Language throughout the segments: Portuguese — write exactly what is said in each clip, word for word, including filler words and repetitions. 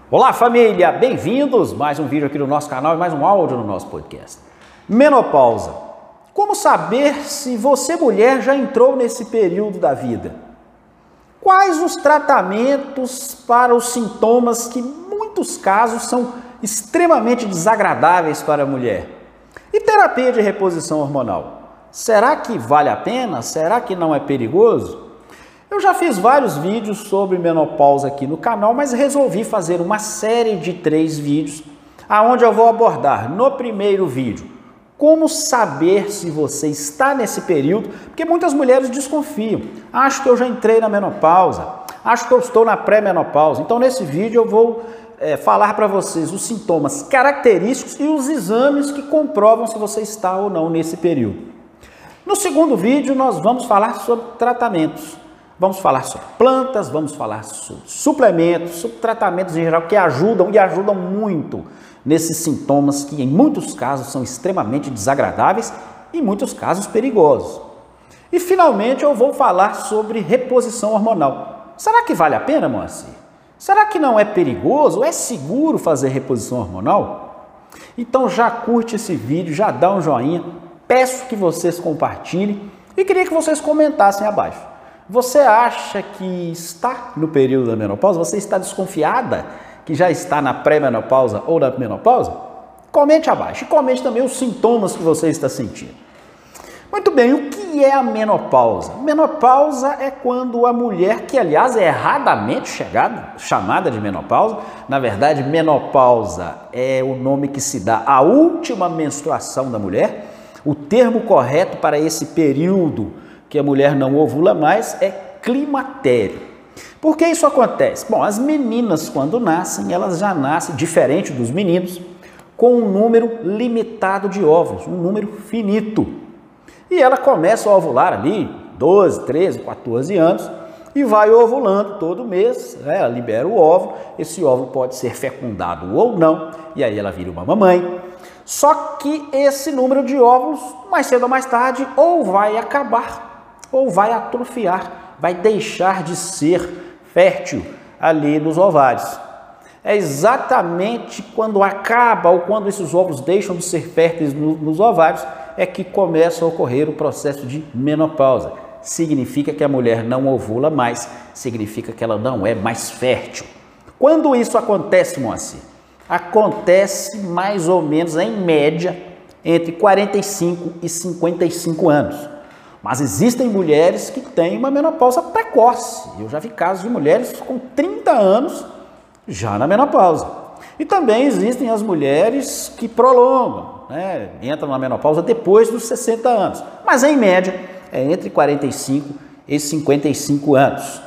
Olá família, bem-vindos! Mais um vídeo aqui no nosso canal e mais um áudio no nosso podcast. Menopausa. Como saber se você, mulher, já entrou nesse período da vida? Quais os tratamentos para os sintomas que, em muitos casos, são extremamente desagradáveis para a mulher? E terapia de reposição hormonal? Será que vale a pena? Será que não é perigoso? Eu já fiz vários vídeos sobre menopausa aqui no canal, mas resolvi fazer uma série de três vídeos, aonde eu vou abordar no primeiro vídeo como saber se você está nesse período, porque muitas mulheres desconfiam. Acho que eu já entrei na menopausa, acho que eu estou na pré-menopausa. Então nesse vídeo eu vou é, falar para vocês os sintomas característicos e os exames que comprovam se você está ou não nesse período. No segundo vídeo nós vamos falar sobre tratamentos. Vamos falar sobre plantas, vamos falar sobre suplementos, sobre tratamentos em geral que ajudam e ajudam muito nesses sintomas que em muitos casos são extremamente desagradáveis e em muitos casos perigosos. E finalmente eu vou falar sobre reposição hormonal. Será que vale a pena, Moacir? Será que não é perigoso? É seguro fazer reposição hormonal? Então já curte esse vídeo, já dá um joinha, peço que vocês compartilhem e queria que vocês comentassem abaixo. Você acha que está no período da menopausa? Você está desconfiada que já está na pré-menopausa ou na menopausa? Comente abaixo e comente também os sintomas que você está sentindo. Muito bem, o que é a menopausa? Menopausa é quando a mulher, que aliás é erradamente chegada, chamada de menopausa, na verdade menopausa é o nome que se dá à última menstruação da mulher. O termo correto para esse período que a mulher não ovula mais é climatério. Por que isso acontece? Bom, as meninas quando nascem, elas já nascem, diferente dos meninos, com um número limitado de óvulos, um número finito. E ela começa a ovular ali, doze, treze, quatorze anos, e vai ovulando todo mês, né? Ela libera o óvulo, esse óvulo pode ser fecundado ou não, e aí ela vira uma mamãe. Só que esse número de óvulos, mais cedo ou mais tarde, ou vai acabar, ou vai atrofiar, vai deixar de ser fértil ali nos ovários. É exatamente quando acaba ou quando esses óvulos deixam de ser férteis no, nos ovários é que começa a ocorrer o processo de menopausa. Significa que a mulher não ovula mais, significa que ela não é mais fértil. Quando isso acontece, Moacir? Acontece mais ou menos em média entre quarenta e cinco e cinquenta e cinco anos. Mas existem mulheres que têm uma menopausa precoce. Eu já vi casos de mulheres com trinta anos já na menopausa. E também existem as mulheres que prolongam, né? Entram na menopausa depois dos sessenta anos. Mas em média é entre quarenta e cinco e cinquenta e cinco anos.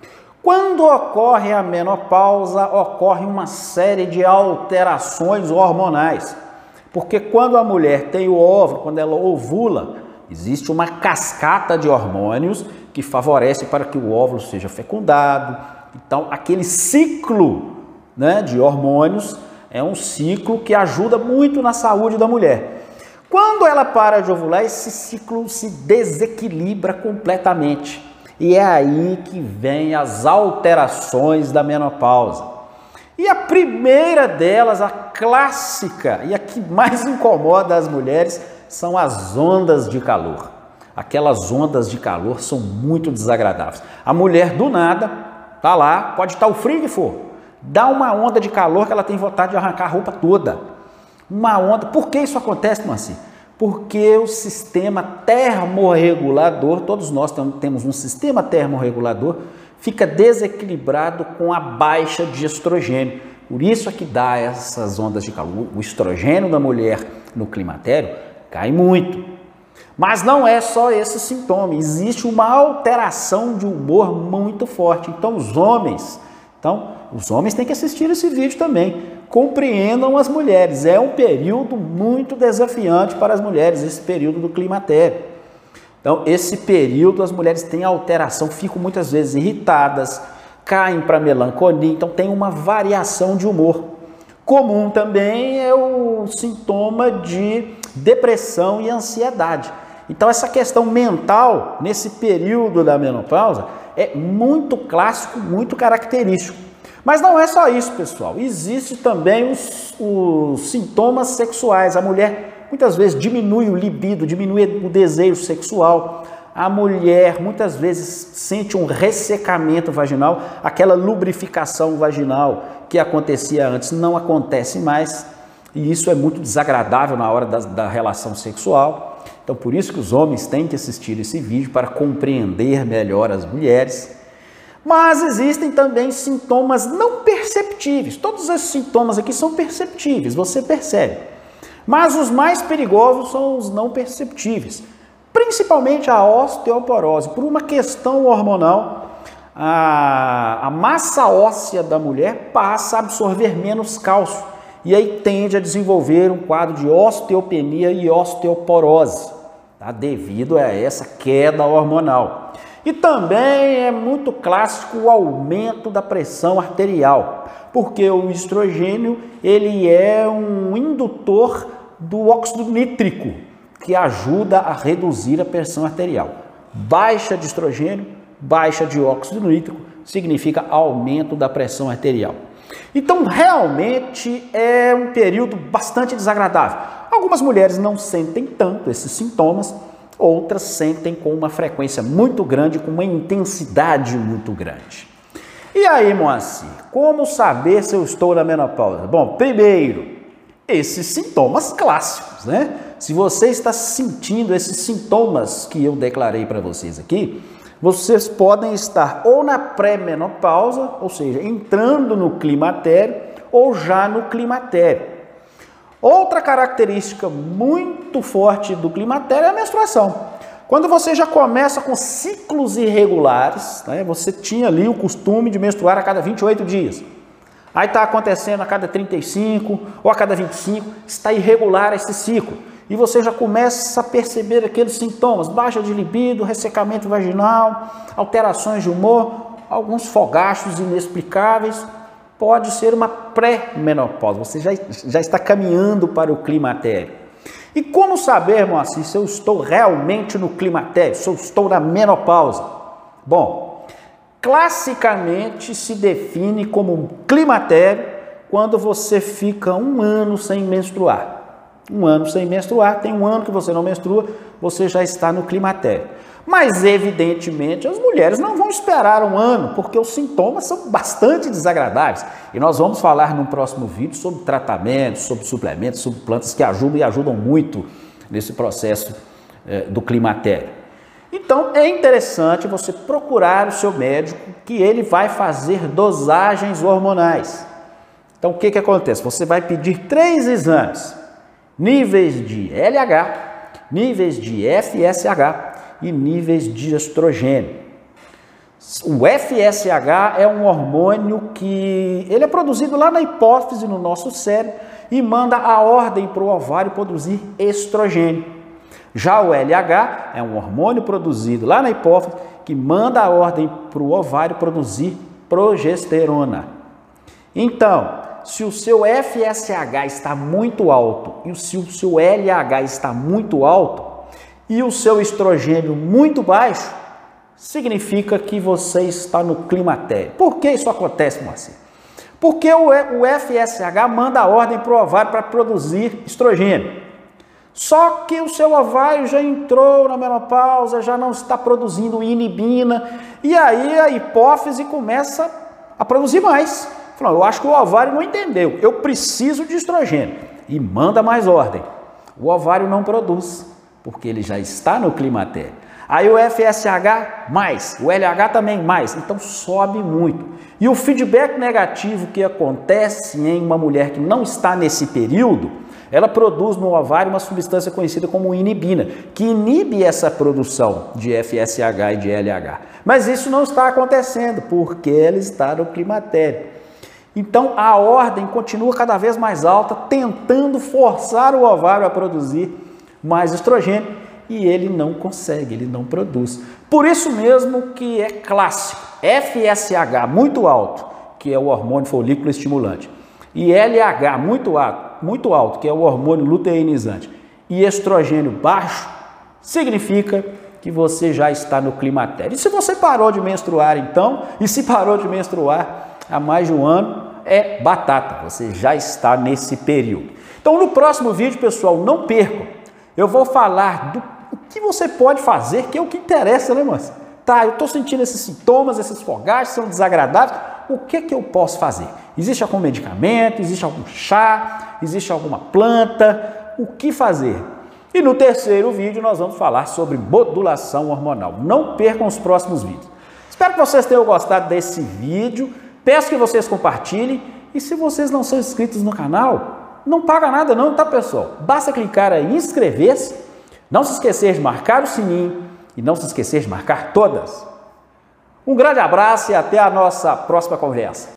Quando ocorre a menopausa, ocorre uma série de alterações hormonais. Porque quando a mulher tem o óvulo, quando ela ovula, existe uma cascata de hormônios que favorece para que o óvulo seja fecundado. Então, aquele ciclo, né, de hormônios é um ciclo que ajuda muito na saúde da mulher. Quando ela para de ovular, esse ciclo se desequilibra completamente. E é aí que vem as alterações da menopausa. E a primeira delas, a clássica e a que mais incomoda as mulheres, são as ondas de calor. Aquelas ondas de calor são muito desagradáveis. A mulher do nada tá lá, pode estar o frio que for, dá uma onda de calor que ela tem vontade de arrancar a roupa toda. Uma onda. Por que isso acontece, Moacir? Porque o sistema termorregulador, todos nós temos um sistema termorregulador, fica desequilibrado com a baixa de estrogênio. Por isso é que dá essas ondas de calor. O estrogênio da mulher no climatério cai muito. Mas não é só esse sintoma, existe uma alteração de humor muito forte. Então os homens, então, os homens têm que assistir esse vídeo também. Compreendam as mulheres, é um período muito desafiante para as mulheres, esse período do climatério. Então, esse período as mulheres têm alteração, ficam muitas vezes irritadas, caem para melancolia, então tem uma variação de humor. Comum também é o sintoma de depressão e ansiedade. Então essa questão mental nesse período da menopausa é muito clássico, muito característico. Mas não é só isso, pessoal. Existem também os, os sintomas sexuais. A mulher muitas vezes diminui o libido, diminui o desejo sexual. A mulher muitas vezes sente um ressecamento vaginal, aquela lubrificação vaginal que acontecia antes não acontece mais. E isso é muito desagradável na hora da, da relação sexual. Então, por isso que os homens têm que assistir esse vídeo para compreender melhor as mulheres. Mas existem também sintomas não perceptíveis. Todos esses sintomas aqui são perceptíveis, você percebe. Mas os mais perigosos são os não perceptíveis. Principalmente a osteoporose. Por uma questão hormonal, a, a massa óssea da mulher passa a absorver menos cálcio. E aí tende a desenvolver um quadro de osteopenia e osteoporose, tá? Devido a essa queda hormonal. E também é muito clássico o aumento da pressão arterial, porque o estrogênio ele é um indutor do óxido nítrico, que ajuda a reduzir a pressão arterial. Baixa de estrogênio, baixa de óxido nítrico, significa aumento da pressão arterial. Então, realmente é um período bastante desagradável. Algumas mulheres não sentem tanto esses sintomas, outras sentem com uma frequência muito grande, com uma intensidade muito grande. E aí, Moacir, como saber se eu estou na menopausa? Bom, primeiro, esses sintomas clássicos, né? Se você está sentindo esses sintomas que eu declarei para vocês aqui, vocês podem estar ou na pré-menopausa, ou seja, entrando no climatério, ou já no climatério. Outra característica muito forte do climatério é a menstruação. Quando você já começa com ciclos irregulares, né, você tinha ali o costume de menstruar a cada vinte e oito dias. Aí está acontecendo a cada trinta e cinco ou a cada vinte e cinco, está irregular esse ciclo. E você já começa a perceber aqueles sintomas, baixa de libido, ressecamento vaginal, alterações de humor, alguns fogachos inexplicáveis. Pode ser uma pré-menopausa, você já, já está caminhando para o climatério. E como saber, Moacir, se eu estou realmente no climatério, se eu estou na menopausa? Bom, classicamente se define como um climatério quando você fica um ano sem menstruar. Um ano sem menstruar, tem um ano que você não menstrua, você já está no climatério. Mas, evidentemente, as mulheres não vão esperar um ano, porque os sintomas são bastante desagradáveis. E nós vamos falar no próximo vídeo sobre tratamentos, sobre suplementos, sobre plantas que ajudam e ajudam muito nesse processo eh, do climatério. Então, é interessante você procurar o seu médico, que ele vai fazer dosagens hormonais. Então, o que que acontece? Você vai pedir três exames. Níveis de L H, níveis de F S H e níveis de estrogênio. O F S H é um hormônio que ele é produzido lá na hipófise, no nosso cérebro, e manda a ordem para o ovário produzir estrogênio. Já o L H é um hormônio produzido lá na hipófise que manda a ordem para o ovário produzir progesterona. Então, se o seu F S H está muito alto e se o seu L H está muito alto e o seu estrogênio muito baixo, significa que você está no climatério. Por que isso acontece, Moacir? Porque o F S H manda a ordem para o ovário para produzir estrogênio. Só que o seu ovário já entrou na menopausa, já não está produzindo inibina, e aí a hipófise começa a produzir mais. Não, eu acho que o ovário não entendeu, eu preciso de estrogênio, e manda mais ordem. O ovário não produz, porque ele já está no climatério. Aí o F S H mais, o L H também mais, então sobe muito. E o feedback negativo que acontece em uma mulher que não está nesse período, ela produz no ovário uma substância conhecida como inibina, que inibe essa produção de F S H e de L H. Mas isso não está acontecendo, porque ela está no climatério. Então, a ordem continua cada vez mais alta, tentando forçar o ovário a produzir mais estrogênio, e ele não consegue, ele não produz. Por isso mesmo que é clássico, F S H muito alto, que é o hormônio folículo estimulante, e L H muito alto, muito alto, que é o hormônio luteinizante, e estrogênio baixo, significa que você já está no climatério. E se você parou de menstruar então, e se parou de menstruar, há mais de um ano, é batata, você já está nesse período. Então no próximo vídeo, pessoal, não percam, eu vou falar do que você pode fazer, que é o que interessa, né, moça? Tá, eu estou sentindo esses sintomas, esses fogares são desagradáveis, o que que eu posso fazer? Existe algum medicamento, existe algum chá, existe alguma planta, o que fazer? E no terceiro vídeo nós vamos falar sobre modulação hormonal. Não percam os próximos vídeos. Espero que vocês tenham gostado desse vídeo, peço que vocês compartilhem e se vocês não são inscritos no canal, não paga nada não, tá, pessoal? Basta clicar aí em inscrever-se, não se esquecer de marcar o sininho e não se esquecer de marcar todas. Um grande abraço e até a nossa próxima conversa.